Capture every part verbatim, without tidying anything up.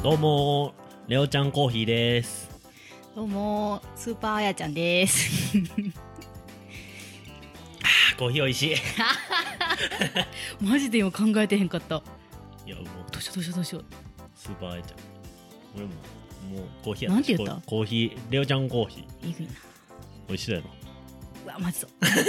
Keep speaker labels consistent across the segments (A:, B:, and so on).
A: どうもレオちゃんコーヒーです。
B: どうもスーパーあやちゃんです
A: あコーヒーおいしい
B: マジで今考えてへんかった。
A: いやもう
B: どうしようどうしようどうしよう。
A: スーパーあやちゃん俺ももうコーヒー
B: なんて言った
A: コーヒーレオちゃんコーヒー
B: いいな。
A: おいしいだろ。
B: うわまずそう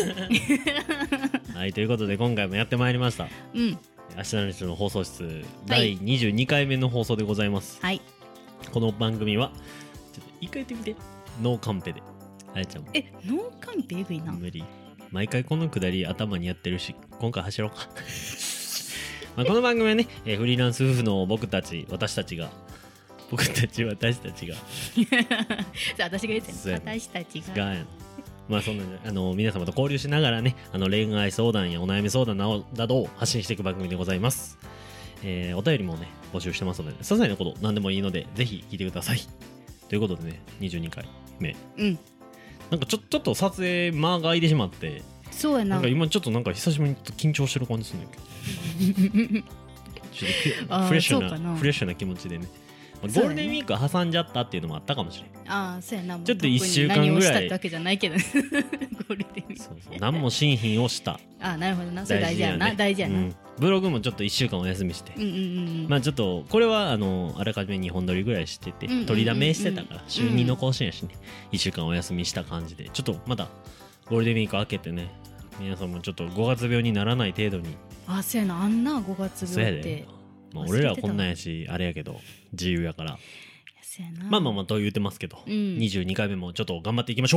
A: はいということで今回もやってまいりました。
B: うん
A: 明日の日の放送室、だいにじゅうにかいめの放送でございます。
B: はい。
A: この番組はちょっと一回言ってみて。ノーカンペであやちゃんも
B: えノーカンペえぐいな。
A: 無理。毎回このくだり頭にやってるし今回走ろうかまあこの番組はね、えー、フリーランス夫婦の僕たち私たちが僕たち私たちが
B: じゃあ私が言ってんの私たちが
A: がまあそんなあの皆様と交流しながらね、あの恋愛相談やお悩み相談などなどを発信していく番組でございます。えー、お便りもね募集してますので、些細なこと何でもいいのでぜひ聞いてください。ということでね、にじゅうにかいめ、
B: うん、
A: なんかちょちょっと撮影間が空いてしまって、
B: そうやな。
A: なんか今ちょっとなんか久しぶりに緊張してる感じするんだけどちょっとフレッシュなフレッシュな気持ちでね、ゴールデンウィーク挟んじゃったっていうのもあったかもしれん。
B: ああそうやな。
A: ちょっといっしゅうかんぐらい
B: 何をしたってわけじゃないけどゴールデンウィーク
A: そうそう何も新品をした
B: ああなるほどな。それ大事やな、
A: ね、
B: 大事やな、うん、
A: ブログもちょっといっしゅうかんお休みして、
B: うんうんうん、
A: まあちょっとこれはあのあらかじめにほん撮りぐらいしてて、うんうんうんうん、取りだめしてたから週にの更新やしね、いっしゅうかんお休みした感じで、ちょっとまだゴールデンウィーク明けてね、皆さんもちょっとごがつ病にならない程度に。
B: あそうやな。あんなごがつ病って、
A: まあ、俺らはこんなんやしあれやけど自由やからまあまあまあと言うてますけど、うん、にじゅうにかいめもちょっと頑張っていきましょう。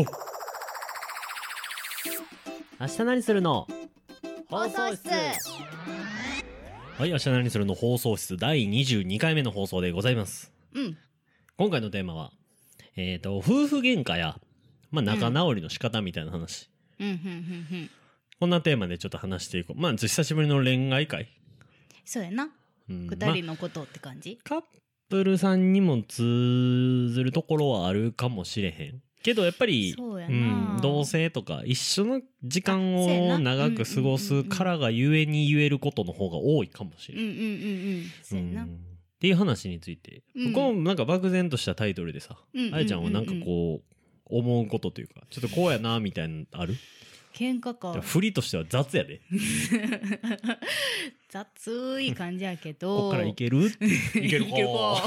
A: 明日何するの
B: 放送室。
A: はい明日何するの放送室だいにじゅうにかいめの放送でございます。
B: うん、
A: 今回のテーマはえっ、ー、と夫婦喧嘩や、まあ、仲直りの仕方みたいな話、
B: うんうんうんうん、
A: こんなテーマでちょっと話していこう。まあ久しぶりの恋愛会。
B: そうやな、うん、ふたりのことって感じ、
A: まあ、カップルさんにも通ずるところはあるかもしれへんけどやっぱり
B: そうやな、
A: うん、同棲とか一緒の時間を長く過ごすからがゆえに言えることの方が多いかもしれない。
B: うんうんうんうんそうやな、うん、
A: っていう話について、うん、このなんか漠然としたタイトルでさ、うんうんうんうん、あやちゃんはなんかこう思うことというかちょっとこうやなみたいなのある？
B: 喧嘩か。
A: 振りとしては雑やで
B: 雑い感じやけど
A: こっからいけるいけるか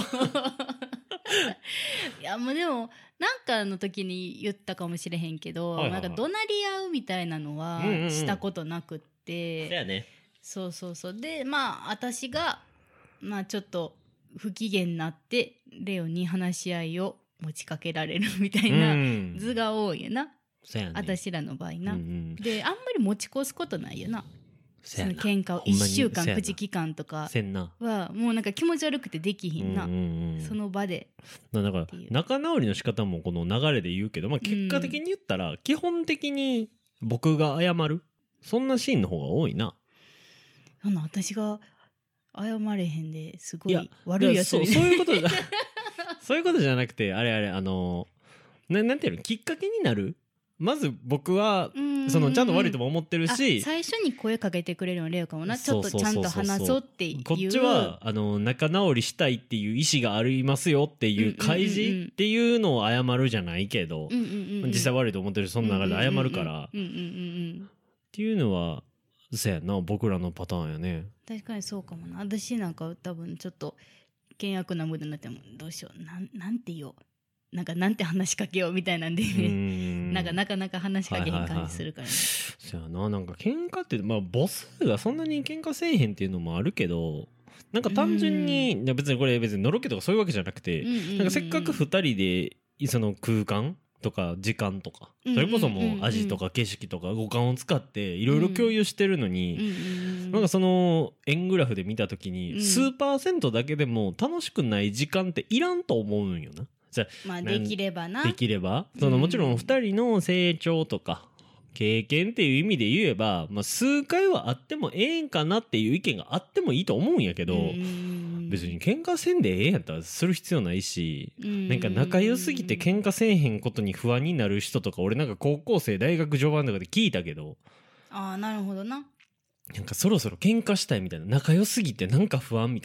B: いやもうでもなんかの時に言ったかもしれへんけど、はいはいはい、なんか怒鳴り合うみたいなのはしたことなくって、
A: うんうんうん、ね、
B: そうそうそうでまあ私がまあちょっと不機嫌になってレオに話し合いを持ちかけられるみたいな図が多いよな、そうやね、私らの場合な、うんうん、であんまり持ち越すことないよな。その喧嘩をいっしゅうかん口期間とかはもうなんか気持ち悪くてできひんな、うんうんうん、その場で
A: だから仲直りの仕方もこの流れで言うけど、まあ、結果的に言ったら基本的に僕が謝るそんなシーンの方が多いな。
B: なんだ私が謝れへんですごい悪いやつ
A: そう、そういうことじゃそういうことじゃなくてあれあれあのななんていうのきっかけになる。まず僕はそのちゃんと悪いとも思ってるし、
B: 最初に声かけてくれるのレオかもな。ちょっとちゃんと話そうっていう、
A: こっちはあの仲直りしたいっていう意思がありますよっていう開示っていうのを謝るじゃないけど、実際悪いと思ってるその中で謝るからっていうのはそうやな、僕らのパターンやね。
B: 確かにそうかもな。私なんか多分ちょっと険悪なムードになってもどうしよう な, なんて言おうなんかなんて話しかけようみたいなんでねなんかなかなか話しかけへん感じするからね。
A: そうやな、なんか喧嘩ってまあ母数がそんなに喧嘩せえへんっていうのもあるけど、なんか単純にいや別にこれ別にのろけとかそういうわけじゃなくて、なんかせっかくふたりでその空間とか時間とかそれこそもう味とか景色とか五感を使っていろいろ共有してるのに、なんかその円グラフで見た時に数パーセントだけでも楽しくない時間っていらんと思うんよな。
B: まあできればな。
A: できればそのもちろんふたりの成長とか経験っていう意味で言えば、まあ、数回はあってもええんかなっていう意見があってもいいと思うんやけど、別に喧嘩せんでええんやったらする必要ないし、なんか仲良すぎて喧嘩せえへんことに不安になる人とか俺なんか高校生大学序盤とかで聞いたけど、
B: ああなるほどな。
A: なんかそろそろ喧嘩したいみたいな、仲良すぎてなんか不安みたいな、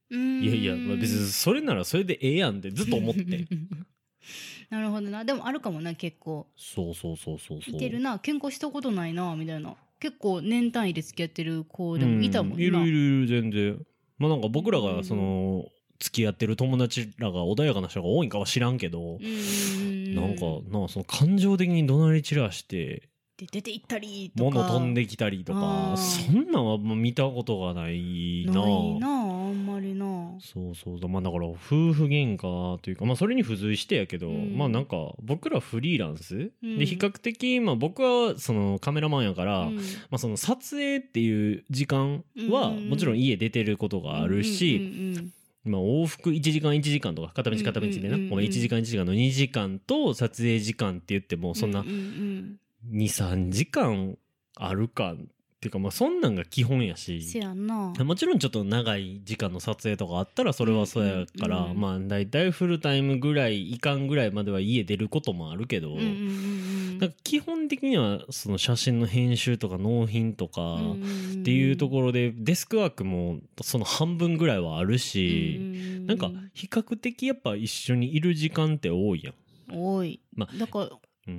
A: いやいや、まあ、別にそれならそれでええやんってずっと思って
B: なるほどな。でもあるかもな、結構。
A: そうそうそうそうそう。
B: いてるな、喧嘩したことないなみたいな。結構年単位で付き合ってる子でもいたもんな、うん、
A: いるいるいる全然。まあなんか僕らがその付き合ってる友達らが穏やかな人が多いんかは知らんけど、うんなんかなその感情的に怒鳴り散らして
B: で出て行ったりとか
A: 物飛んできたりとか、そんなんはもう見たことがないな。
B: ないな、あんまりな。
A: そうそう、まあだから夫婦喧嘩というか、まあそれに付随してやけど、うん、まあなんか僕らフリーランス、うん、で比較的まあ僕はそのカメラマンやから、うん、まあその撮影っていう時間はもちろん家出てることがあるし、まあ往復いちじかんいちじかんとか片道片道でな、ごめんいちじかんいちじかんのにじかんと撮影時間って言ってもそんなにさんじかんあるかっていうか、まあそんなんが基本やし、
B: せやな。
A: もちろんちょっと長い時間の撮影とかあったらそれはそうやから、うんうんうん、まあだいたいフルタイムぐらいいかんぐらいまでは家出ることもあるけど、うんうんうん、なんか基本的にはその写真の編集とか納品とかっていうところでデスクワークもその半分ぐらいはあるし、うんうん、なんか比較的やっぱ一緒にいる時間って多いやん。
B: 多い、まあ、だから、うんうん、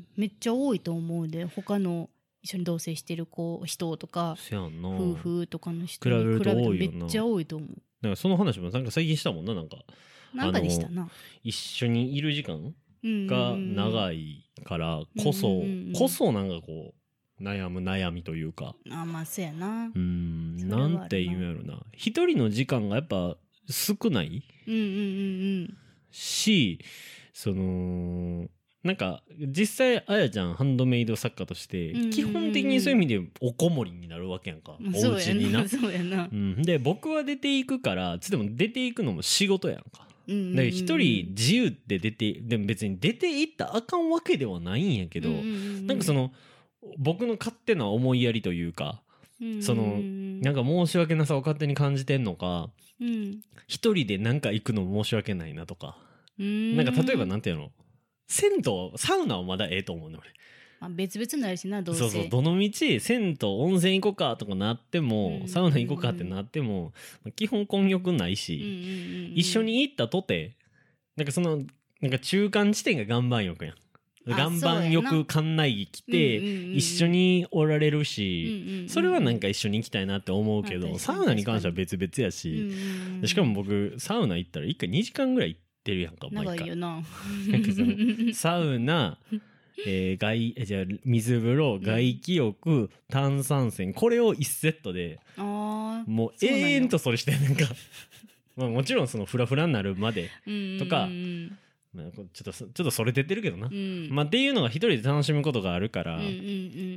B: めっちゃ多いと思うで、他の一緒に同棲してる子人とか夫婦とかの人に比べると多いよな。めっちゃ多いと思う。
A: だからその話もなんか最近したもんな。なんか
B: なんかでしたな。
A: 一緒にいる時間が長いからこそ、うんうんうん、こそなんかこう悩む悩みというか、
B: あまあそうやな。
A: うんなんて言うんやろな、一人の時間がやっぱ少ない、
B: うんうんうんうん、し
A: そのなんか実際あやちゃんハンドメイド作家として基本的にそういう意味でおこもりになるわけやんか、うんうんうん、お家にな。
B: そうやな、
A: うん、で僕は出ていくからつっても出ていくのも仕事やんか、うんうんうん、だから一人自由で出てでも別に出ていったらあかんわけではないんやけど、うんうんうん、なんかその僕の勝手な思いやりというか、うんうんうん、そのなんか申し訳なさを勝手に感じてんのか、うん、一人でなんか行くの申し訳ないなとか、うん、なんか例えばなんていうの銭湯サウナはまだええと思うね俺。
B: まあ、別々になるしなどうせ。
A: そうそうどの道銭湯温泉行こうかとかなっても、うん、サウナ行こうかってなっても基本混浴ないし、うんうんうん、一緒に行ったとてなんかそのなんか中間地点が岩盤浴やん。岩盤浴館内着来て一緒におられるし、うんうんうん、それはなんか一緒に行きたいなって思うけど、うんうん、サウナに関しては別々やし、うんうん、しかも僕サウナ行ったらいっかいにじかんぐらい行っててるやんか
B: 長いよな。
A: サウナ、えー、外じゃあ水風呂、外気浴、うん、炭酸泉これをいちセットでもう永遠とそれしてんなんかまあもちろんそのフラフラになるまでとか、まあ、ちょっとちょっとそれてってるけどな、うん、まあっていうのが一人で楽しむことがあるから、うんうんうん、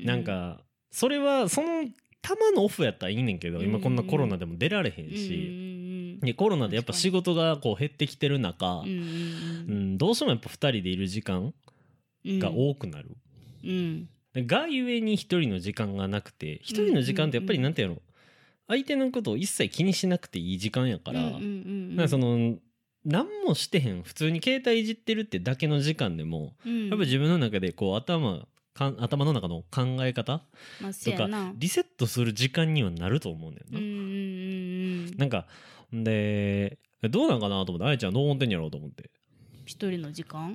A: なんかそれはそのたまのオフやったらいいねんけど、うんうん、今こんなコロナでも出られへんし、うんうんでコロナでやっぱ仕事がこう減ってきてる中、うんうんうん、どうしてもやっぱふたりでいる時間が多くなる、うんうん、がゆえにひとりの時間がなくて、ひとりの時間ってやっぱりなんていうの、相手のことを一切気にしなくていい時間やから、うんうんうん、なんかその何もしてへん普通に携帯いじってるってだけの時間でも、うん、やっぱ自分の中でこう頭か頭の中の考え方とかリセットする時間にはなると思うんだよな、うんうんうん、なんかでどうなんかなと思って、あやちゃんどう思ってんやろうと思って
B: 一人の時間、
A: うん、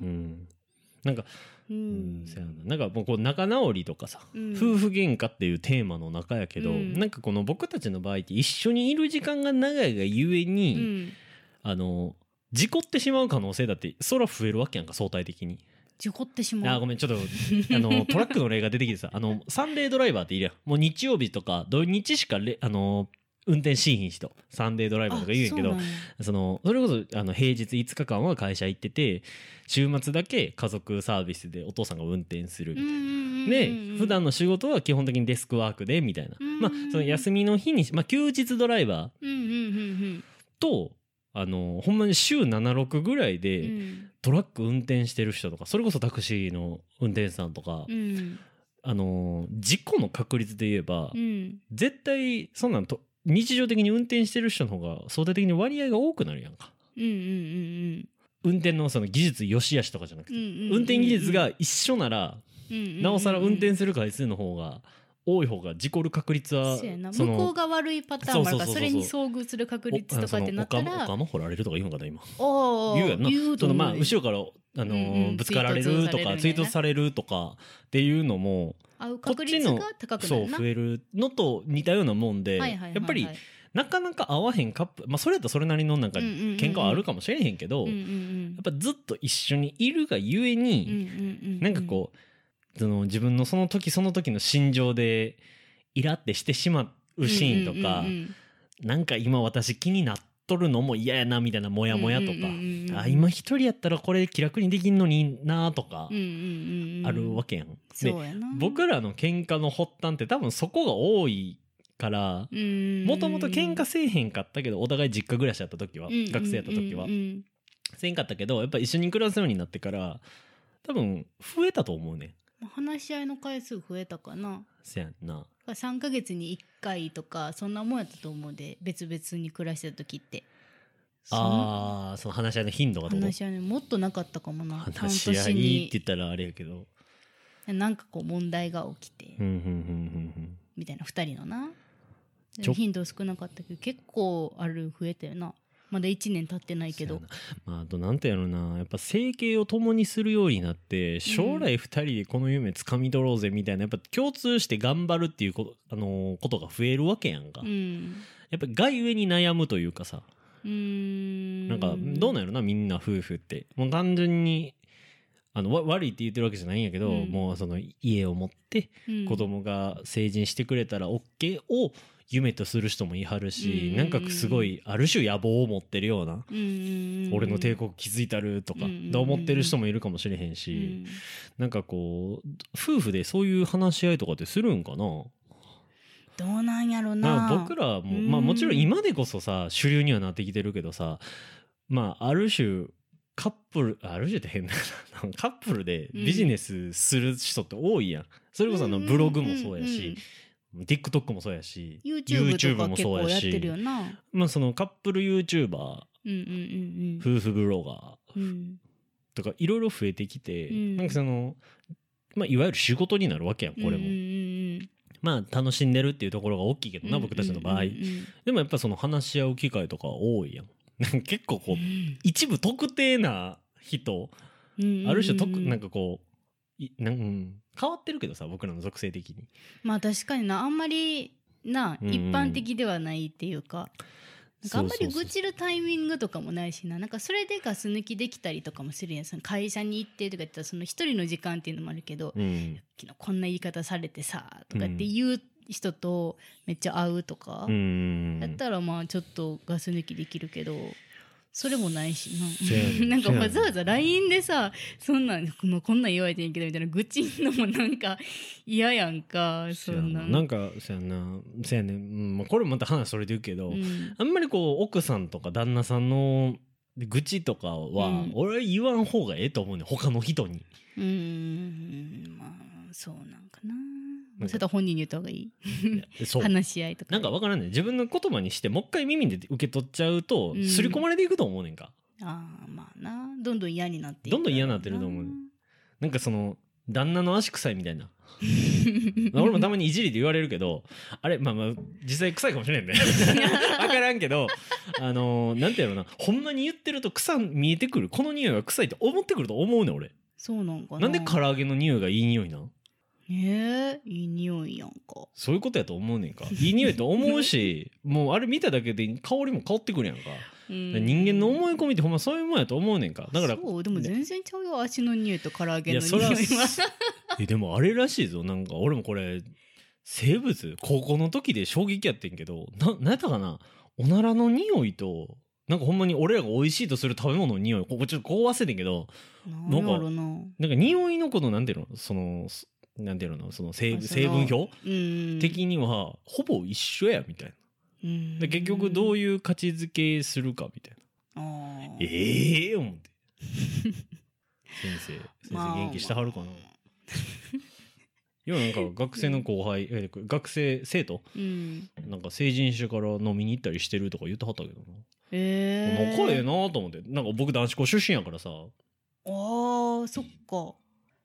A: なんか、うんうん、そやな、なんかもうこう仲直りとかさ、うん、夫婦喧嘩っていうテーマの中やけど、うん、なんかこの僕たちの場合って一緒にいる時間が長いがゆえに、うん、あの事故ってしまう可能性だってそら増えるわけやんか、相対的に
B: 事故ってしまう。
A: あごめんちょっとあのトラックの例が出てきてさ、あのサンデードライバーっているやん、もう日曜日とか土日しかレあの運転しひん人サンデードライバーとか言うんやけど、 そ, そのそれこそあの平日いつかかんは会社行ってて週末だけ家族サービスでお父さんが運転するみたいなで、普段の仕事は基本的にデスクワークでみたいな、まあその休みの日に、まあ、休日ドライバーとあのほんまに週ななろくぐらいでトラック運転してる人とか、それこそタクシーの運転手さんとか、うんあの事故の確率で言えば、うん、絶対そんなんと日常的に運転してる人の方が相対的に割合が多くなるやんか、うんうんうんうん、運転のその技術良し悪しとかじゃなくて、うんうんうんうん、運転技術が一緒なら、うんうんうん、なおさら運転する回数の方が多い方が事故る確率は
B: そうやな、向こうが悪いパターンもあるから、それに遭遇する確率とかってなったら、
A: おかま掘られるとか言うのかな今。
B: お
A: 言うやんな。
B: 言うと思う
A: そのまあ後ろからあのー
B: うんうん
A: ぶつかられるとか追突されるとかっていうのも
B: 合う確率が高くなるな。
A: そう増えるのと似たようなもんで、
B: はいはいはいはい、
A: やっぱりなかなか合わへんカップ、まあそれだとそれなりのなんか喧嘩はあるかもしれへんけど、
B: うんうんうん、
A: やっぱずっと一緒にいるがゆえに、
B: うんうんうんうん、
A: なんかこうその自分のその時その時の心情でイラってしてしまうシーンとか、
B: うんうんうんうん、
A: なんか今私気になっとるのも嫌やなみたいなモヤモヤとか、
B: うんうんうんうん、
A: あ今一人やったらこれ気楽にできんのになとか
B: うんうんうん、
A: あるわけやん。
B: そうやな。
A: で僕らの喧嘩の発端って多分そこが多いからもともと喧嘩せえへんかったけどお互い実家暮らしやった時は、うんうんうんうん、学生やった時はせんかったけどやっぱ一緒に暮らすようになってから多分増えたと思うね。
B: 話し合いの回数増えたかな。
A: せやんな。
B: さんかげつにいっかいとかそんなもんやったと思うで、別々に暮らしてた時って。
A: ああ、その話し合いの頻度がどう？
B: 話し合いのもっとなかったかもな。
A: 話し合いって言ったらあれやけど、
B: なんかこう問題が起きて、
A: うんうんうんうんうん、
B: みたいなふたりのな。頻度少なかったけど結構ある増えたよな。まだいちねん経ってないけど、
A: まあ、あとなんていうのな、やっぱ生計を共にするようになって将来ふたりでこの夢つかみ取ろうぜみたいな、やっぱ共通して頑張るっていうこと、あのー、ことが増えるわけやんか、うん、やっぱがゆえに悩むというかさ、うーん、なんかどうなんやろな、みんな夫婦ってもう単純にあの悪いって言ってるわけじゃないんやけど、うん、もうその家を持って子供が成人してくれたら OK を夢とする人もいはるし、うん、なんかすごいある種野望を持ってるような、うん、俺の帝国築いたるとか、うん、思ってる人もいるかもしれへんし、うん、なんかこう夫婦でそういう話し合いとかってするんかな。
B: どうなんやろな。
A: まあ、僕らも、まあ、もちろん今でこそさ主流にはなってきてるけどさ、まあある種カップルある種って変だなカップルでビジネスする人って多いやん、うん、それこそあのブログもそうやし、うんうんうんTikTok もそうやし
B: YouTube とか結構やってるよな。
A: まあそのカップル YouTuber、うんうんうん、夫婦ブロガー、うん、とかいろいろ増えてきて、うん、なんかその、まあ、いわゆる仕事になるわけやんこれも、うんうんうん、まあ楽しんでるっていうところが大きいけどな、うんうんうんうん、僕たちの場合でもやっぱその話し合う機会とか多いやん結構こう、うん、一部特定な人、うんうんうん、ある種特なんかこういなん、うん変わってるけどさ僕らの属性的に。
B: まあ確かにな、あんまりな、うんうん、一般的ではないっていうか、なんかあんまり愚痴るタイミングとかもないしな、なんかそれでガス抜きできたりとかもするやん。その会社に行ってとか言ったらその一人の時間っていうのもあるけど、うん、昨日こんな言い方されてさとかっていう人とめっちゃ会うとか、うん、やったらまあちょっとガス抜きできるけど。それもないしななんかわざわざ ライン でさそんなんこんなん言われてんけどみたいな愚痴んのもなんか嫌やんか。そんな
A: なんかそやなそやね、うんまあ、これまた話それで言うけど、うん、あんまりこう奥さんとか旦那さんの愚痴とかは、うん、俺は言わん方がええと思うね他の人に。
B: うーんまあそうなんかな。それと本人に言った方がいい話し合いとか
A: なんか分からんね。自分の言葉にしてもう一回耳で受け取っちゃうと刷り込まれていくと思うねんか、
B: うん、ああまあなどんどん嫌になっていく
A: どんどん嫌になってると思う、ね、なんかその旦那の足臭いみたいな俺もたまにいじりで言われるけどあれまあまあ実際臭いかもしれんね分からんけどあのー、なんていうのなほんまに言ってると臭見えてくる。この匂いが臭いって思ってくると思うね俺。
B: そうなんかな。
A: なんで唐揚げの匂いがいい匂いなん
B: えー、いい匂いやんか。
A: そういうことやと思うねんか。いい匂いと思うしもうあれ見ただけで香りも香ってくるやんか。人間の思い込みってほんまそういうもんやと思うねんか。だから
B: そうでも全然ちゃうよ足の匂いと唐揚げの匂いは。
A: えでもあれらしいぞ。なんか俺もこれ生物高校の時で衝撃やってんけどな、なんやったかなおならの匂いとなんかほんまに俺らが美味しいとする食べ物の匂いここちょっとこう忘れてんけどなんかなんか匂いのことなんていうのそのなんていうのその 成, 成分表的にはほぼ一緒やみたいな。で結局どういう価値づけするかみたいな。あええー、思って先生先生元気してはるかな、まあ、今なんか学生の後輩え学生生徒、うん、なんか成人してから飲みに行ったりしてるとか言ってはったけどな。えー、仲ええなと思って。なんか僕男子校出身やからさ。
B: あーそっか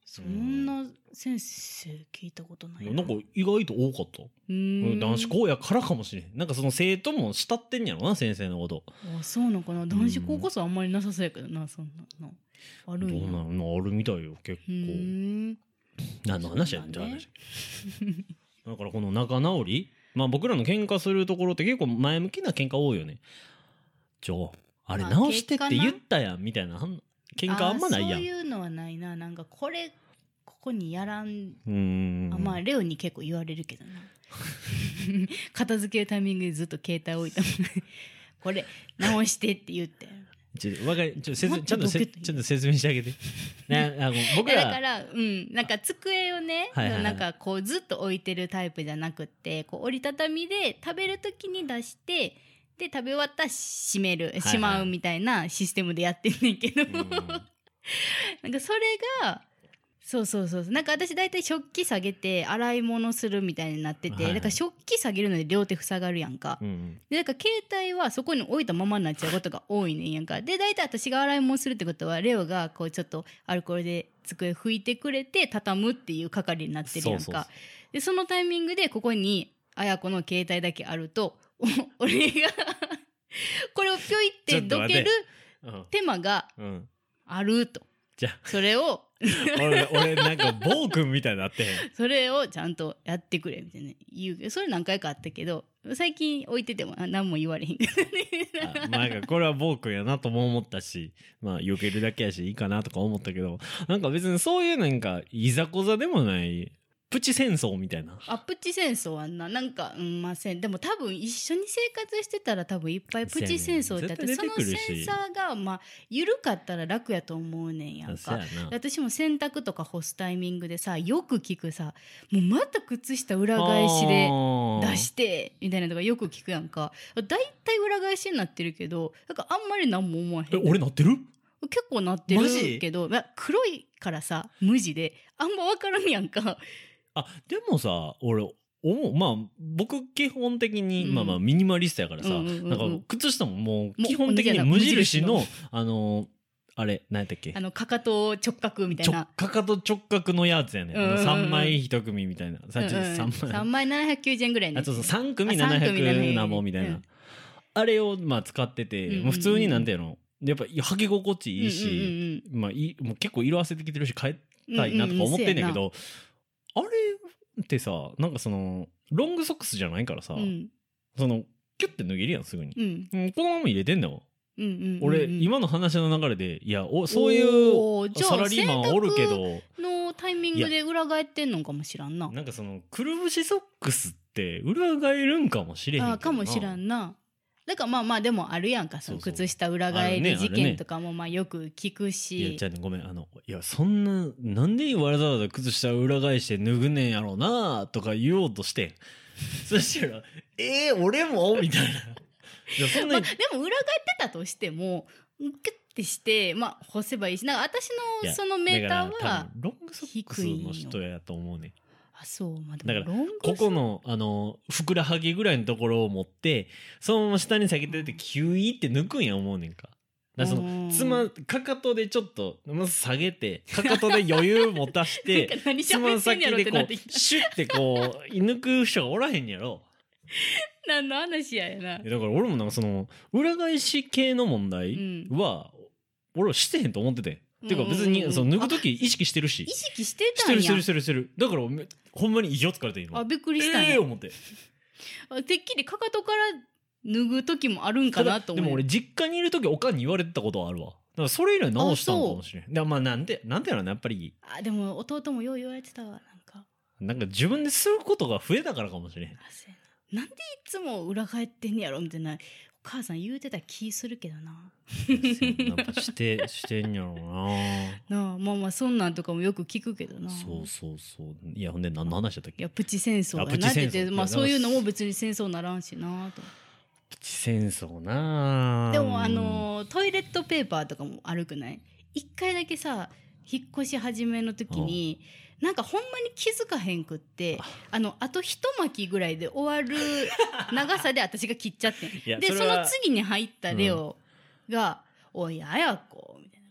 B: そんな先生聞いたことないな。
A: なんか意外と多かった。
B: うん
A: 男子校やからかもしれん。なんかその生徒も慕ってんやろな先生のこと。
B: あ、そうなのかな。男子校こそあんまりなさそうやけどな、そんなのあるんや。
A: どうなのあるみたいよ結構。何の話やねんじゃあ話。だからこの仲直り、まあ僕らの喧嘩するところって結構前向きな喧嘩多いよね。ちょあれ直してって言ったやんみたいな喧嘩あんまないやん。
B: そういうのはないな。なんかこれここにやらん。
A: うーん。
B: あ、まあレオに結構言われるけどな。片付けるタイミングでずっと携帯置いたもん。これ直してって言って。
A: ちょわかりちょ説ちゃんとせちゃんと説明してあげて。ね、あの僕ら
B: だからうんなんか机をね、はいはいはい、なんかこうずっと置いてるタイプじゃなくってこう折りたたみで食べるときに出してで食べ終わったら閉める、はいはい、しまうみたいなシステムでやってんねんけど、うん、なんかそれがそうそうそうなんか私だいたい食器下げて洗い物するみたいになってて、はいはい、だから食器下げるので両手塞がるやんか、うん、でだから携帯はそこに置いたままになっちゃうことが多いねんやんか。でだいたい私が洗い物するってことはレオがこうちょっとアルコールで机拭いてくれて畳むっていう係になってるやんか。そうそうそうでそのタイミングでここにあやこの携帯だけあると俺がこれをピョイってどける手間があると、
A: じゃあ
B: それを
A: 俺, 俺なんか暴君みたいになってへん
B: それをちゃんとやってくれみたいな言うけどそれ何回かあったけど最近置いてても何も言われへんから
A: ね。まあこれは暴君やなとも思ったしまあ避けるだけやしいいかなとか思ったけどなんか別にそういうなんかいざこざでもないプチ戦争みたいな。
B: あプチ戦争はななんか、うん、まあせんでも多分一緒に生活してたら多分いっぱいプチ戦争ってあって、ね、そのセンサーがまあ緩かったら楽やと思うねんやんか。私も洗濯とか干すタイミングでさよく聞くさもうまた靴下裏返しで出してみたいなのがよく聞くやんか。だいたい裏返しになってるけどなんかあんまり何も思わへん。
A: え俺なってる
B: 結構なってるけど黒いからさ無地であんま分からんやんか。
A: あでもさ俺思うまあ僕基本的に、うん、まあまあミニマリストやからさ、うんうんうんうん、なんか靴下ももう基本的に無印のあのあれ何やったっけ
B: あのかかと直角みたいな
A: かかと直角のやつやね、うんうんうん、さんまい一組みたいな、うんうん、
B: さん, さんまいななひゃくきゅうじゅうえんぐらいね
A: あそうさん組ななひゃくなもみたいな、うん、あれをまあ使ってて、うんうんうん、普通になんていうのやっぱ履き心地いいし、うんうんうんまあ、いもう結構色あせてきてるし変えたいなとか思ってんねんけど、うんうんあれってさなんかそのロングソックスじゃないからさ、うん、そのキュッて脱げるやんすぐに、うん、このまま入れてんだよ、うんうんうんうん、俺今の話の流れでいやおそういうサラリーマンおるけど
B: のタイミングで裏返ってんのかもしらんな。
A: なんかそのくるぶしソックスって裏返るんかもしれへんけどな。
B: あかもしらんな。だからまあまあでもあるやんかその靴下裏返り事件とかもまあよく聞くし、
A: ねね、いやじゃあ、ね、ごめんあのいやそんななんでわざわざ靴下裏返して脱ぐねんやろうなとか言おうとしてそしたらえー、俺もみたいないやそんな、
B: まあ、でも裏返ってたとしてもキュッてしてまあ干せばいいしなんか私のそのメーターは
A: ロングソックスの人やと思うね。
B: あそう、まあ、
A: だからここのあのふくらはぎぐらいのところを持ってそのまま下に下げてってキュイって抜くんや思うねんか。だからそのつまかかとでちょっとまず下げてかかとで余裕持たしてつま先でこうシュッてこう抜く人がおらへんやろ。
B: 何の話ややな。
A: だから俺もなんかその裏返し系の問題は、うん、俺はしてへんと思ってて。てか別にその脱ぐ時意識してるし
B: 意識してたんや
A: してるしてるしてるしてるだからほんまに意表つかれていいの。
B: あびっくりしたんや
A: ええー、思って
B: てっきりかかとから脱ぐ時もあるんかなと思う。
A: でも俺実家にいる時おかんに言われてたことはあるわ。だからそれ以来直したんかもしれん。でまあなんでなんていうのやっぱり
B: あでも弟もよう言われてたわなんか
A: なんか自分ですることが増えたからかもしれん。あ
B: なんでいつも裏返ってんねやろみたいなお母さん言うてた気するけどな。
A: なんかしてしてんやろうな。
B: なあまあまあそんなんとかもよく聞くけどな。
A: そうそうそういやほんで何の話だったっけ。
B: いやプチ戦争やなっててまあそういうのも別に戦争ならんしなと。
A: プチ戦争な。
B: でもあのトイレットペーパーとかも悪くない。一回だけさ引っ越し始めの時になんかほんまに気づかへんくってあのあと一巻きぐらいで終わる長さで私が切っちゃってんで そ, その次に入ったレオが、うん、おいあやこみたいな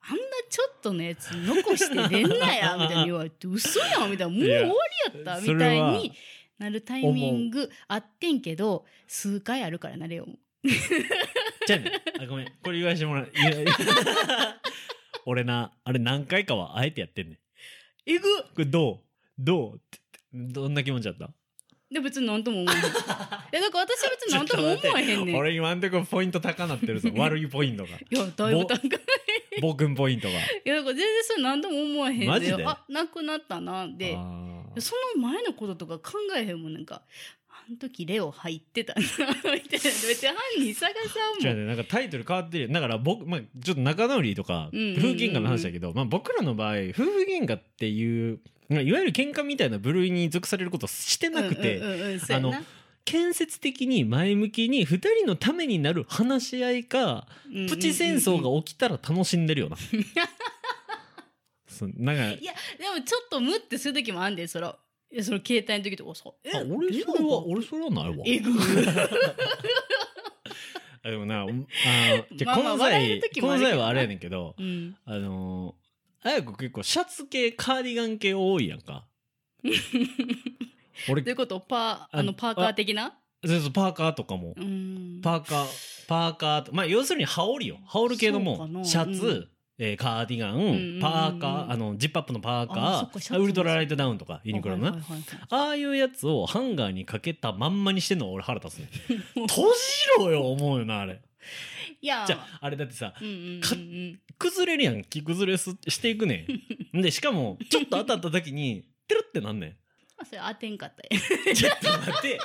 B: あんなちょっとのやつ残して出んなやみたいに言われて嘘やんみたいなもう終わりやったみたいになるタイミングあってんけど数回あるからなレオも
A: じゃあねあごめんこれ言わしてもらういやいや俺なあれ何回かはあえてやってんねん
B: えぐ
A: これどうどうってどんな気持ちだった
B: で別に何とも思わへんいやだから私は別に何とも思わへんねん
A: 俺今んとこポイント高なってるぞ悪いポイントが
B: いやだいぶ高い
A: 暴君ポイントがい
B: やだから全然それ何とも思わへんで
A: マジで
B: あなくなったなでその前のこととか考えへんもんなんかあの時レオ入ってたなみたいな別に犯人探さんもん
A: 違うねなんかタイトル変わってるだから僕、まあ、ちょっと仲直りとか、
B: うんうんうんうん、
A: 夫婦喧嘩の話だけど、まあ、僕らの場合夫婦喧嘩っていういわゆる喧嘩みたいな部類に属されることしてなくて、
B: うんうんうんうん、
A: あの建設的に前向きにふたりのためになる話し合いか、うんうんうんうん、プチ戦争が起きたら楽しんでるよなそうなんか
B: いやでもちょっとムッてする時もあんでそのその携帯の時とかさ
A: えあ俺それは俺それはないわ
B: えぐ
A: あでもなあじゃこの際この際はあれやねんけど、うん、あのあやこ結構シャツ系カーディガン系多いやんか
B: 俺どういうことパーあのパーカー的な
A: そうそうパーカーとかもパーカーパーカーまあ要するに羽織よ羽織系のもシャツ、うんえー、カーディガン、うん、パーカーあのジップアップのパーカーウルトラライトダウンとかユニクロのなああいうやつをハンガーにかけたまんまにしてんの俺腹立つね閉じろよ思うよなあれ
B: いや
A: じゃああれだってさ、
B: うんうんうんうん、
A: 崩れるやん着崩れすしていくねんでしかもちょっと当たった時にテルってなんねん
B: それ当てんかったや
A: ちょっと待ってい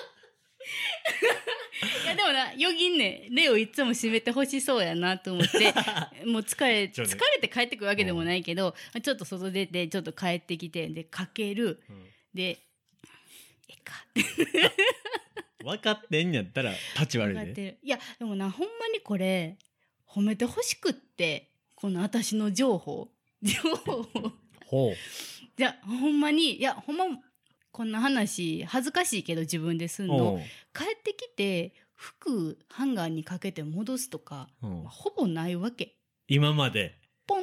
B: やでもなよぎんねレオいつも閉めてほしそうやなと思ってもう疲れ疲れて帰ってくるわけでもないけど、うん、ちょっと外出てちょっと帰ってきてでかける、うん、でええか
A: 分かってんやったら立ち悪いで
B: いやでもなほんまにこれ褒めてほしくってこの私の情報情報
A: ほう
B: じゃほんまにいやほんまこんな話恥ずかしいけど自分ですんの帰ってきて服ハンガーにかけて戻すとか、まあ、ほぼないわけ
A: 今まで
B: ポン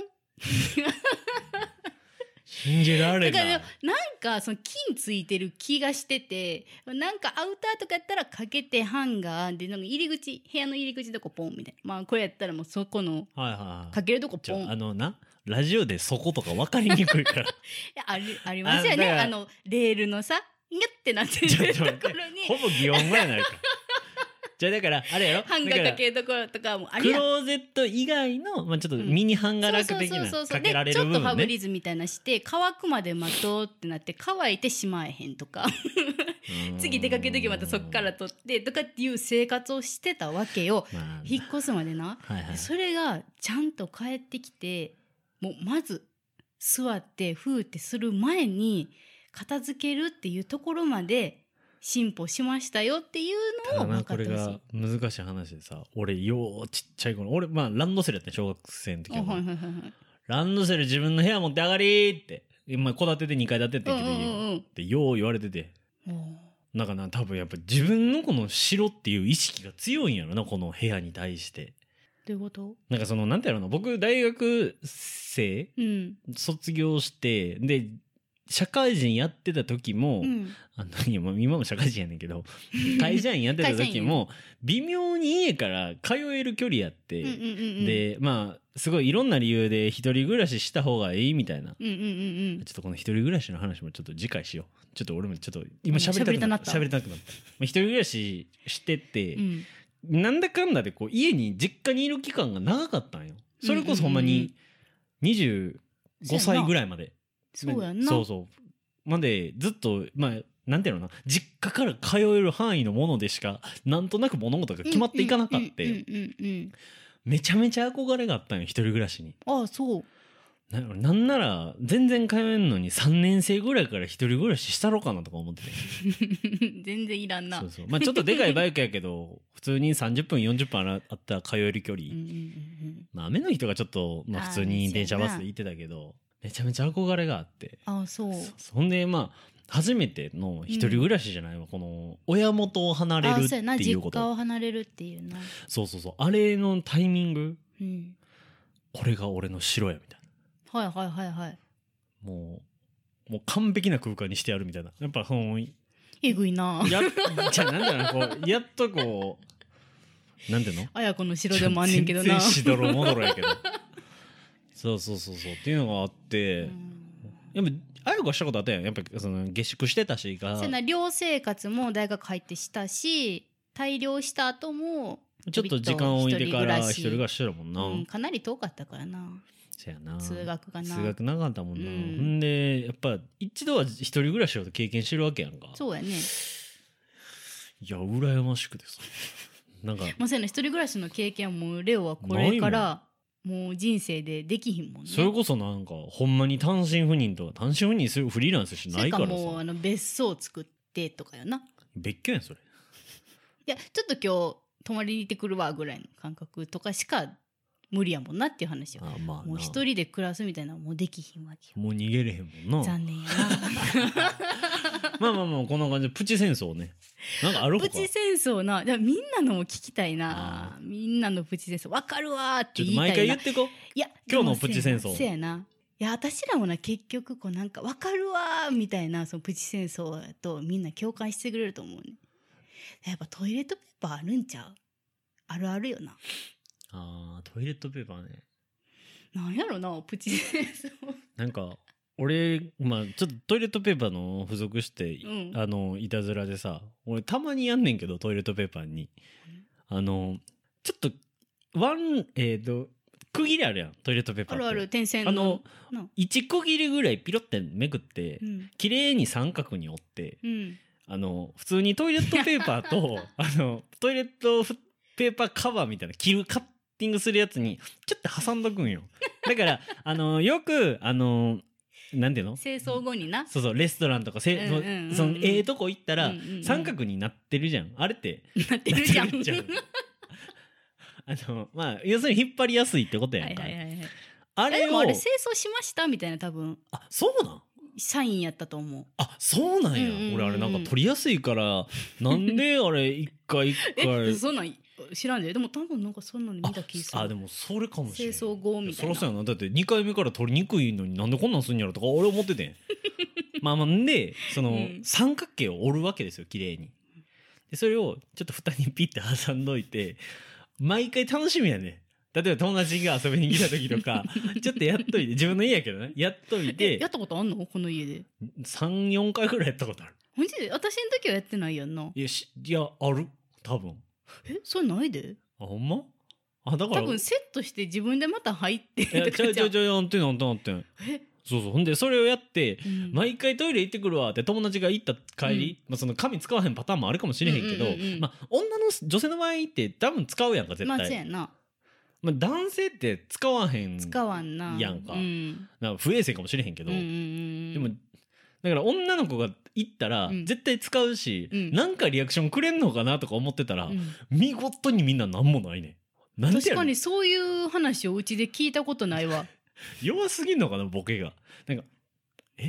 A: 信じられない。
B: だからなんかその金ついてる気がしててなんかアウターとかやったらかけてハンガーでなんか入り口部屋の入り口どこポンみたいなまあこれやったらもうそこのかけるとこポン、はいはいはい、
A: あのなラジオでそことか分かりにくいからい
B: や あ, りありますよね あ, あのレールのさギュッてなってるところに
A: ほぼ擬音ぐらいないかじゃあだからあれやろ
B: ハンガーかけるところとかもありや
A: クローゼット以外の、まあ、ちょっとミニハンガーラック的なかけられる部分ね
B: ちょっとファブリーズみたいなして乾くまで待とうってなって乾いてしまえへんとか次出かける時またそっから取ってとかっていう生活をしてたわけよ、まあ、引っ越すまでな、はいはい、それがちゃんと帰ってきてもうまず座ってふーってする前に片付けるっていうところまで進歩しましたよっていうのを分かってほしい。
A: これが難しい話でさ俺ようちっちゃい頃俺まあランドセルやった小学生の時は、はいはいはいはい、ランドセル自分の部屋持って上がりって今戸建てでにかい建てって言って、うんうんうん、ってよう言われててなんかな多分やっぱ自分のこの城っていう意識が強いんやろなこの部屋に対して。
B: どういうこと？なん
A: かそのなんてやろな僕大学生、うん、卒業してで社会人やってた時も、うん、あのいや今も社会人やねんけど会社員やってた時も微妙に家から通える距離やって、うんうんうんうん、でまあすごいいろんな理由で一人暮らしした方がいいみたいな、うんうんうんうん、ちょっとこの一人暮らしの話もちょっと次回しよう。ちょっと俺もちょっと今喋りたくなった喋りたくなった。一人暮らししてて、うん、なんだかんだでこう家に実家にいる期間が長かったんよ。それこそほんまににじゅうごさいぐらいまで。
B: そうやんな。
A: そうそうまでずっとまあなんていうのな実家から通える範囲のものでしかなんとなく物事が決まっていかなかった。めちゃめちゃ憧れがあったんよ一人暮らしに。
B: ああそう。
A: な, なんなら全然通えんのにさんねん生ぐらいから一人暮らししたろうかなとか思ってて
B: 全然いらんな。
A: そうそう、まあ、ちょっとでかいバイクやけど普通にさんじゅっぷんよんじゅっぷんあったら通える距離、うんうんうん、まあ、雨の日とかちょっと、まあ、普通に電車バスで行ってたけどめちゃめちゃ憧れがあって。
B: ああそう。
A: そんでまあ初めての一人暮らしじゃないわ、うん、この親元を離れるっていうこと。あ、そうやな、
B: 実家を離れるっていうな。
A: そうそうそうあれのタイミング、うん、 これが俺の城やみたい
B: な。はいはいはいはい。
A: もうもう完璧な空間にしてやるみたいな。やっぱその
B: えぐいな。
A: やじゃあなんだろうこうやっとこうなんていうの
B: 綾子の城でもあんねんけどな。
A: 全然しどろもどろやけどそうそうそうそうっていうのがあって、うん、やっぱ綾子はしたことあったやん。やっぱその下宿してたしが
B: そうな寮生活も大学入ってしたし大量した後も
A: ちょっと時間を置いてから一人暮らししてるもんな、
B: うん、かなり遠かったからな。
A: そやな
B: 通学がな
A: 通学なかったもんな、うん、
B: ん
A: でやっぱ一度は一人暮らしを経験してるわけやんか。
B: そうやね。
A: いや羨ましくてさなんか
B: まあそうやな一人暮らしの経験はもうレオはこれからもう人生でできひんもんね。
A: それこそなんかほんまに単身赴任とか単身赴任するフリーランスしないからさ。
B: それかもうあの別荘作ってとかよな。
A: 別居やんそれ。
B: いやちょっと今日泊まりに行ってくるわぐらいの感覚とかしか無理やもんなっていう話よ。
A: あ、まあ、
B: もう一人で暮らすみたいなのもうできひんわけよ。
A: もう逃げれへんもんな。
B: 残念やな
A: まあまあまあこんな感じでプチ戦争ね。なんかあるほか。
B: プチ戦争な。じゃみんなのも聞きたいな。みんなのプチ戦争わかるわって言いたいな。
A: ちょっと毎回言ってこ。
B: いや
A: 今日のプチ戦争。
B: せやな。いや私らもな結局こうなんかわかるわみたいなそのプチ戦争とみんな共感してくれると思うね。やっぱトイレットペーパーあるんちゃう？あるあるよな。
A: あートイレットペーパーね。
B: なんやろなプチ戦争。
A: なんか俺まあちょっとトイレットペーパーの付属して、
B: うん、
A: あのいたずらでさ俺たまにやんねんけどトイレットペーパーに、うん、あのちょっとワンえっ、ー、と区切りあるやんトイレットペーパーって。
B: あるある点線の
A: あのいち区切りぐらいピロってめくって、うん、綺麗に三角に折って、うん、あの普通にトイレットペーパーとあのトイレットペーパーカバーみたいな切るカッティングするやつにちょっと挟んどくんよ。だからあのよくあのなんていうの
B: 清掃後にな
A: そうそうレストランとかせ、うんうんうんうん、そのええとこ行ったら、うんうんうん、三角になってるじゃんあれって
B: なってるじゃん
A: あのまあ要するに引っ張りやすいってことやんか、はいはいはいはい、あれを
B: でもあれ清掃しましたみたいな多分
A: あそうなん
B: サインやったと思う。
A: あそうなんや、うんうんうん、俺あれなんか取りやすいからなんであれ一回一回
B: えそんなん知らんで。でも多分なんかそんなの見た気する。
A: あでもそれかもしれない。
B: 清掃後みたいな。
A: そりゃそうやな。だってにかいめから取りにくいのになんでこんなんすんやろとか俺思っててんまあまあんでその、うん、三角形を折るわけですよ綺麗に。でそれをちょっと蓋にピッて挟んどいて毎回楽しみやね。例えば友達が遊びに来た時とかちょっとやっといて自分の家やけどねやっといて
B: やったことあんのこの家で
A: さん,よん 回ぐらいやったことある。
B: マジで私の時はやってないやんな。
A: いやしいやある多分。
B: えそれないで。
A: あほんまあだから
B: 多分セットして自分でまた入って
A: いやちゃうちゃうちゃうやんてんなんてんなんてんえそうそうほんでそれをやって、うん、毎回トイレ行ってくるわって友達が行った帰り、うんまあ、その紙使わへんパターンもあるかもしれへんけど、うんうんうんうんまあ、女の女性の場合って多分使うやんか絶対。
B: まあそうやな。
A: まあ、男性って使わへん
B: 使わんな
A: やんか、
B: うん、
A: なんか不衛生かもしれへんけど、うんうんうん、でもだから女の子が行ったら絶対使うし、うん、なんかリアクションくれんのかなとか思ってたら、うん、見事にみんな何もないね。なんでやねん。
B: 確かにそういう話をうちで聞いたことないわ
A: 弱すぎんのかなボケが。なんかえ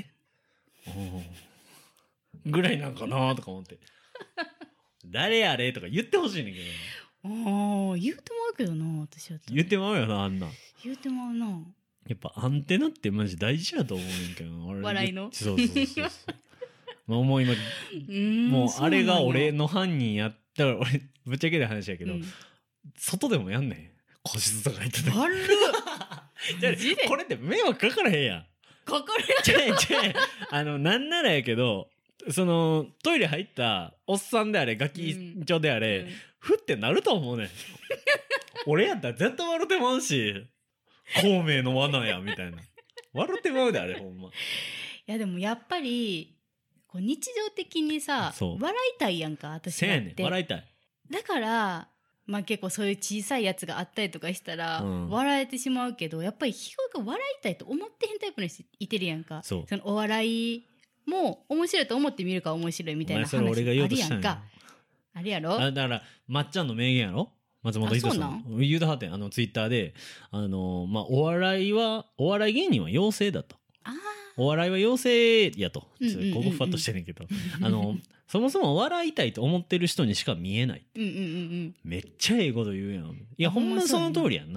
A: ぐらいなんかなとか思って誰やれとか言ってほしいねんけど
B: ああ言うてまうけどな私は
A: 言ってまうよなあんな
B: 言うてまうな。
A: やっぱアンテナってマジ大事やと思うんけど俺
B: 笑いの
A: そうそうそうそうまあもう今もうあれが俺の犯人やったから俺ぶっちゃけた話やけど、うん、外でもやんねん個室とか行ってた
B: 悪っ
A: じゃあこれって迷惑かからへんやん。
B: かかるやん
A: ちゃうちゃうあのなんならやけどそのトイレ入ったおっさんであれガキンチョであれ、うんうん、ふってなると思うねん俺やったら絶対笑ってまうし孔明の罠やみたいな笑ってまうであれほんま。い
B: やでもやっぱりこう日常的にさ笑いたいやんか私だって。せやねん
A: 笑いたい。
B: だからまあ結構そういう小さいやつがあったりとかしたら笑えてしまうけど、うん、やっぱり日頃から笑いたいと思ってへんタイプの人いてるやんか。そのお笑いも面白いと思って見るから面白いみたいな話あるやんか。あるやろ。
A: あだからまっちゃんの名言やろ松本人志さん言うたはってんあのツイッターであの、まあ、お笑いはお笑い芸人は妖精だと。あお笑いは妖精やと、うんうんうんうん、ここふわっとしてんねんけどあのそもそも笑いたいと思ってる人にしか見えない、うんうんうんうん、めっちゃええこと言うやん。いやほんまその通りやんな。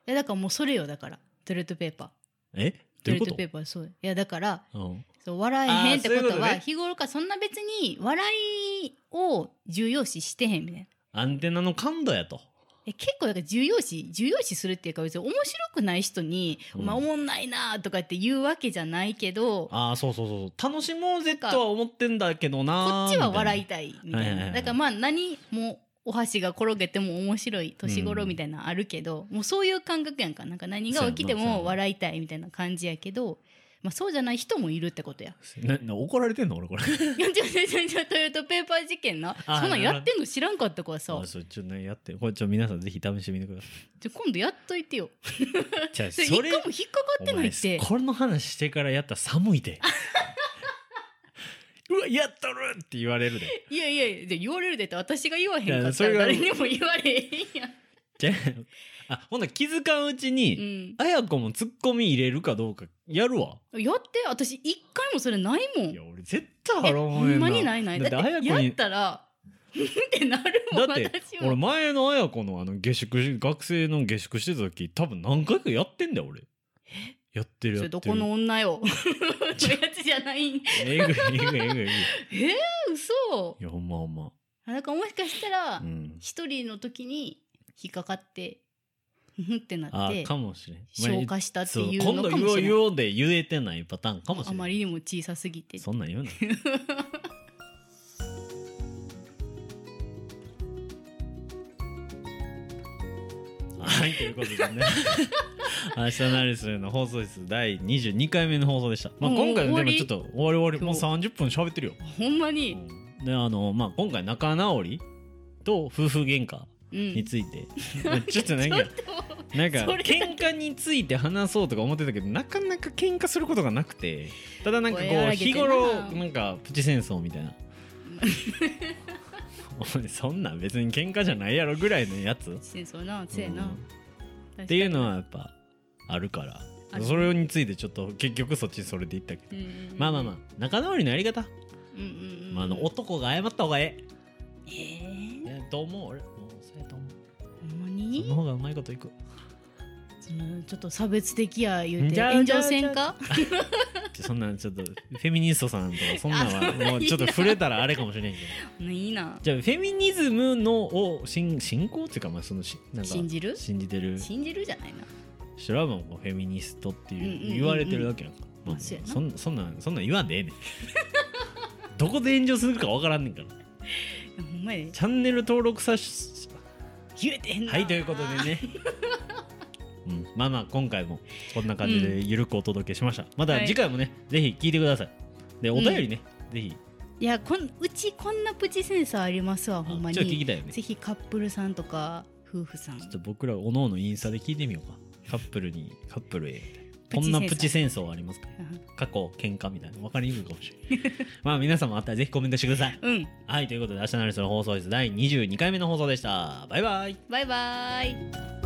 B: やだからもうそれよ。だからトイレットペーパー
A: え
B: トイレットペーパーそういやだから、
A: うん、
B: そう笑えへんってことは
A: あーそういうことね
B: 日頃からそんな別に笑いを重要視してへんみたいな。
A: アンテナの感度やと。
B: え結構だから重要視重要視するっていうか別に面白くない人に「
A: うん
B: お前おもんないな」とかって言うわけじゃないけど、
A: ああそうそうそう楽しもうぜとは思ってんだけどな
B: こっちは笑
A: い
B: いたいみたいな、
A: はいはいはい
B: だからまあ何もうお箸が転げても面白い年頃みたいなのあるけど、もうそういう感覚やんか。なんか何が起きても笑いたいみたいな感じやけど、まあ、そうじゃない人もいるってことや。
A: なな怒られてんの俺これ。
B: いや違う違う違う違うトイレットペーパー事件な。
A: あ
B: そんなんやってんの知らんかったからさ。
A: あそうちょっとねやってこれちょ皆さんぜひ試してみてください。
B: じゃ今度やっといてよ。
A: じゃあ
B: それ
A: それ
B: 一回も引っかかってないって。
A: お前これの話してからやったら寒いで。うわやっとるって言われるで。
B: いやいやいや言われるでって私が言わへんかった
A: いやそれが
B: ら誰にも言われへんやん。
A: じゃああほんなら気づかんうちに、あやこもツッコミ入れるかどうかやるわ。
B: やって私一回もそれないもん。
A: いや俺絶対あら
B: ほんまにないないだって
A: だってあやこに
B: やったらってなるもん。
A: だって
B: 私も
A: 俺前のあやこのあの下宿し学生の下宿してた時多分何回かやってんだよ俺。やってるやってる。
B: それどこの女よ。そういうやつじゃないん。
A: えぐいえぐいえぐいえぐい。
B: えー、嘘。
A: いやほんまほんま。
B: なんかもしかしたら
A: うん
B: 一人の時に引っかかってふふってな
A: あ
B: って
A: かもしれん。
B: 消化したっていう
A: そう
B: のか
A: 今度言おう
B: もしれない。
A: 言おうで言えてないパターンかもしれない。
B: あまりにも小さすぎて。
A: そんなん言うな。はいということでね明日なりするの放送室だいにじゅうにかいめの放送でした、まあ、
B: もう
A: 今回のでも
B: 終わり
A: ちょっと終わり終わりもう
B: 今
A: さんじゅっぷん喋ってるよ、
B: ほんまに。
A: うんであの、まあ、今回仲直りと夫婦喧嘩
B: うん
A: について、ちょっとなんかなんか
B: それ
A: 喧嘩について話そうとか思ってたけどなかなか喧嘩することがなくて、ただなんかこう
B: 声荒げてな
A: 日頃なんかプチ戦争みたいなお前そんなん別に喧嘩じゃないやろぐらいのやつ、
B: 戦争なせやな、
A: うんっていうのはやっぱあるから
B: ある
A: それについてちょっと結局そっちそれで言ったけど、
B: うんうんうん
A: まあまあまあ仲直りのやり方、
B: うんうんうん
A: まあ、あの男が謝った方がえ
B: え
A: え
B: ー、
A: えと思う俺もうそうやと思う
B: ほんま
A: そ
B: に
A: の方がうまいこといく
B: そのちょっと差別的や言うて
A: じゃあ
B: 炎上せんか。
A: ちょそんなんちょっとフェミニストさんとかそんなんはもうちょっと触れたらあれかもしれんけど
B: いいな。
A: じゃあフェミニズムのを信信仰っていうかまあそのしなんか
B: 信じる
A: 信じてる
B: 信じるじゃないな。
A: シュラーマンもフェミニストっていう,、
B: うんうんうんうん
A: 言われてるだけやんか、まあ
B: まあそうやな
A: そんそんなんそんなん言わんでええねんどこで炎上するかわからんねんから
B: ほんまやで
A: チャンネル登録さし
B: 言えてへんな。
A: はいということでねうん、まあまあ今回もこんな感じでゆるくお届けしました、また次回もね、ぜひ聞いてくださいでお便りね、ぜひ
B: いやこんうちこんなプチセンサーありますわほんまに。
A: ちょっと聞きたいよね
B: ぜひカップルさんとか夫婦さん
A: ちょっと僕らおのおのインスタで聞いてみようかカップルにカップルへこ
B: プチセンサー
A: んなプチ戦争ありますか過去喧嘩みたいな分かりにくいかもしれないまあ皆様あったらぜひコメントしてください
B: うん
A: はいということで明日のアリスの放送室だいにじゅうにかいめの放送でしたバイバイ
B: バイバイ。